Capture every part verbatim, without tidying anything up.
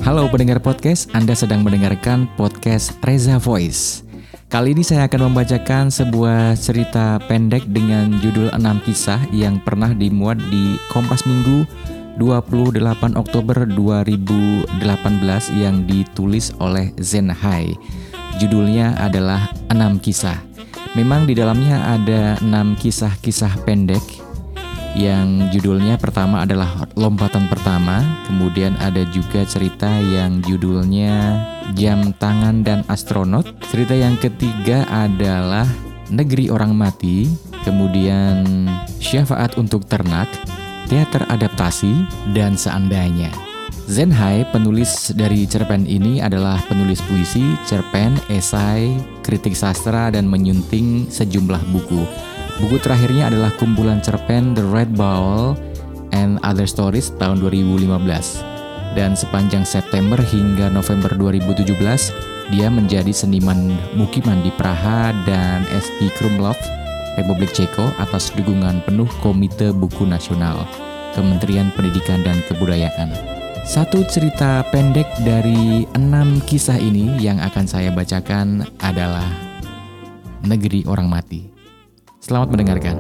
Halo pendengar podcast, Anda sedang mendengarkan podcast Reza Voice. Kali ini saya akan membacakan sebuah cerita pendek dengan judul enam kisah yang pernah dimuat di Kompas Minggu dua puluh delapan Oktober dua ribu delapan belas yang ditulis oleh Zenhai. Judulnya adalah enam kisah. Memang di dalamnya ada enam kisah-kisah pendek yang judulnya pertama adalah Lompatan Pertama, kemudian ada juga cerita yang judulnya Jam Tangan dan Astronot, cerita yang ketiga adalah Negeri Orang Mati, kemudian Syafaat untuk Ternak, Teater Adaptasi, dan Seandainya. Zenhai, penulis dari cerpen ini adalah penulis puisi, cerpen, esai, kritik sastra, dan menyunting sejumlah buku. Buku terakhirnya adalah kumpulan cerpen The Red Bowl and Other Stories tahun dua ribu lima belas. Dan sepanjang September hingga November dua ribu tujuh belas, dia menjadi seniman mukiman di Praha dan S T Krumlov, Republik Ceko atas dukungan penuh Komite Buku Nasional, Kementerian Pendidikan dan Kebudayaan. Satu cerita pendek dari enam kisah ini yang akan saya bacakan adalah Negeri Orang Mati. Selamat mendengarkan.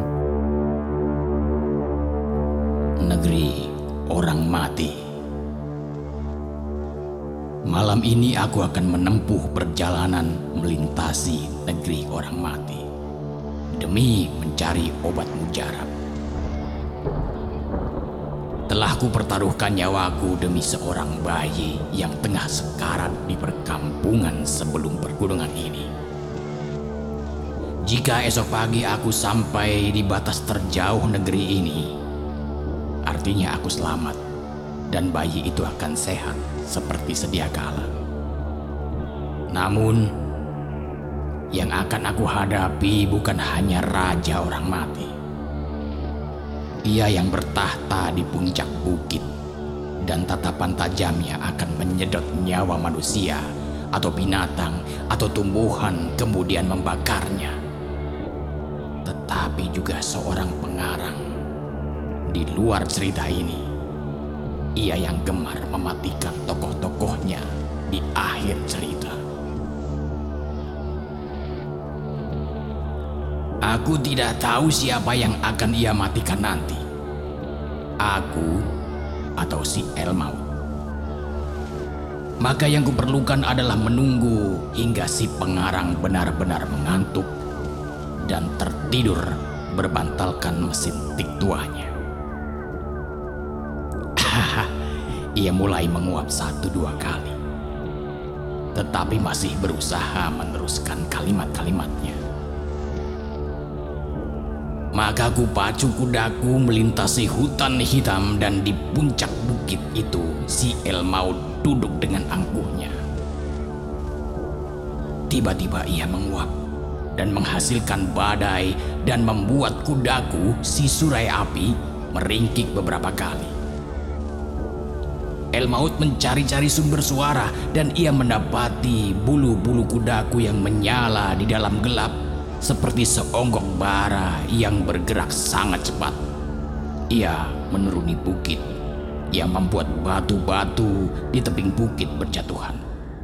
Negeri Orang Mati. Malam ini aku akan menempuh perjalanan melintasi negeri orang mati demi mencari obat mujarab. Telah ku pertaruhkan nyawaku demi seorang bayi yang tengah sekarat di perkampungan sebelum pergunungan ini. Jika esok pagi aku sampai di batas terjauh negeri ini, artinya aku selamat dan bayi itu akan sehat seperti sedia kala. Namun, yang akan aku hadapi bukan hanya raja orang mati. Ia yang bertahta di puncak bukit dan tatapan tajamnya akan menyedot nyawa manusia atau binatang atau tumbuhan kemudian membakarnya. Tetapi juga seorang pengarang. Di luar cerita ini, ia yang gemar mematikan tokoh-tokohnya di akhir cerita. Aku tidak tahu siapa yang akan ia matikan nanti. Aku atau si Elmaut. Maka yang kuperlukan adalah menunggu hingga si pengarang benar-benar mengantuk dan tertidur berbantalkan mesin tik tuanya. Ia mulai menguap satu dua kali, tetapi masih berusaha meneruskan kalimat-kalimatnya. Maka ku pacu kudaku melintasi hutan hitam dan di puncak bukit itu si Elmaut duduk dengan angkuhnya. Tiba-tiba ia menguap dan menghasilkan badai dan membuat kudaku si surai api meringkik beberapa kali. Elmaut mencari-cari sumber suara dan ia mendapati bulu-bulu kudaku yang menyala di dalam gelap seperti seonggok bara yang bergerak sangat cepat. Ia menuruni bukit yang membuat batu-batu di tebing bukit berjatuhan.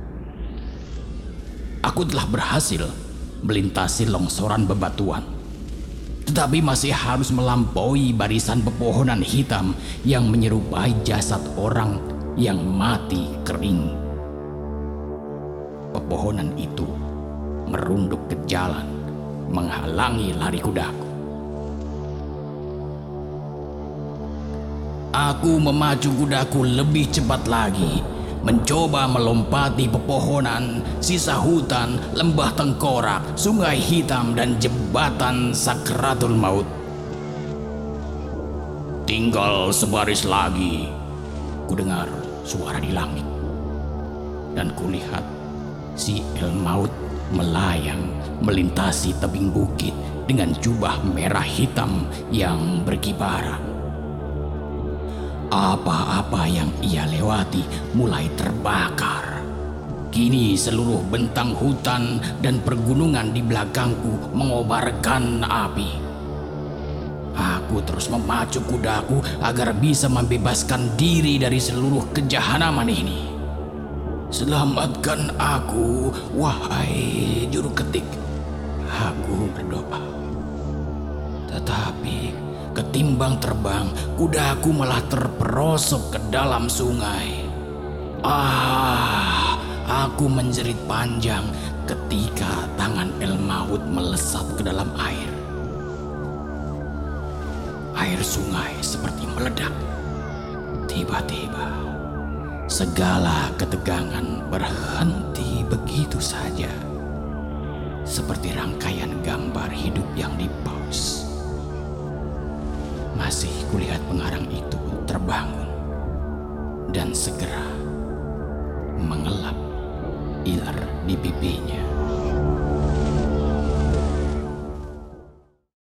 Aku telah berhasil melintasi longsoran bebatuan, tetapi masih harus melampaui barisan pepohonan hitam yang menyerupai jasad orang yang mati kering. Pepohonan itu merunduk ke jalan, menghalangi lari kudaku. Aku memacu kudaku lebih cepat lagi, mencoba melompati pepohonan, sisa hutan, lembah tengkorak, sungai hitam, dan jembatan Sakratul Maut. Tinggal sebaris lagi, kudengar suara di langit, dan kulihat si Elmaut melayang melintasi tebing bukit dengan jubah merah hitam yang berkibaran. Apa-apa yang ia lewati mulai terbakar. Kini seluruh bentang hutan dan pergunungan di belakangku mengobarkan api. Aku terus memacu kudaku agar bisa membebaskan diri dari seluruh kejahanaman ini. Selamatkan aku, wahai juru ketik. Aku berdoa. Tetapi ketimbang terbang, kudaku malah terperosok ke dalam sungai. Ah, aku menjerit panjang ketika tangan El Maut melesat ke dalam air. Air sungai seperti meledak. Tiba-tiba, segala ketegangan berhenti begitu saja. Seperti rangkaian gambar hidup yang di-pause. Masih kulihat pengarang itu terbangun dan segera mengelap iler di pipinya.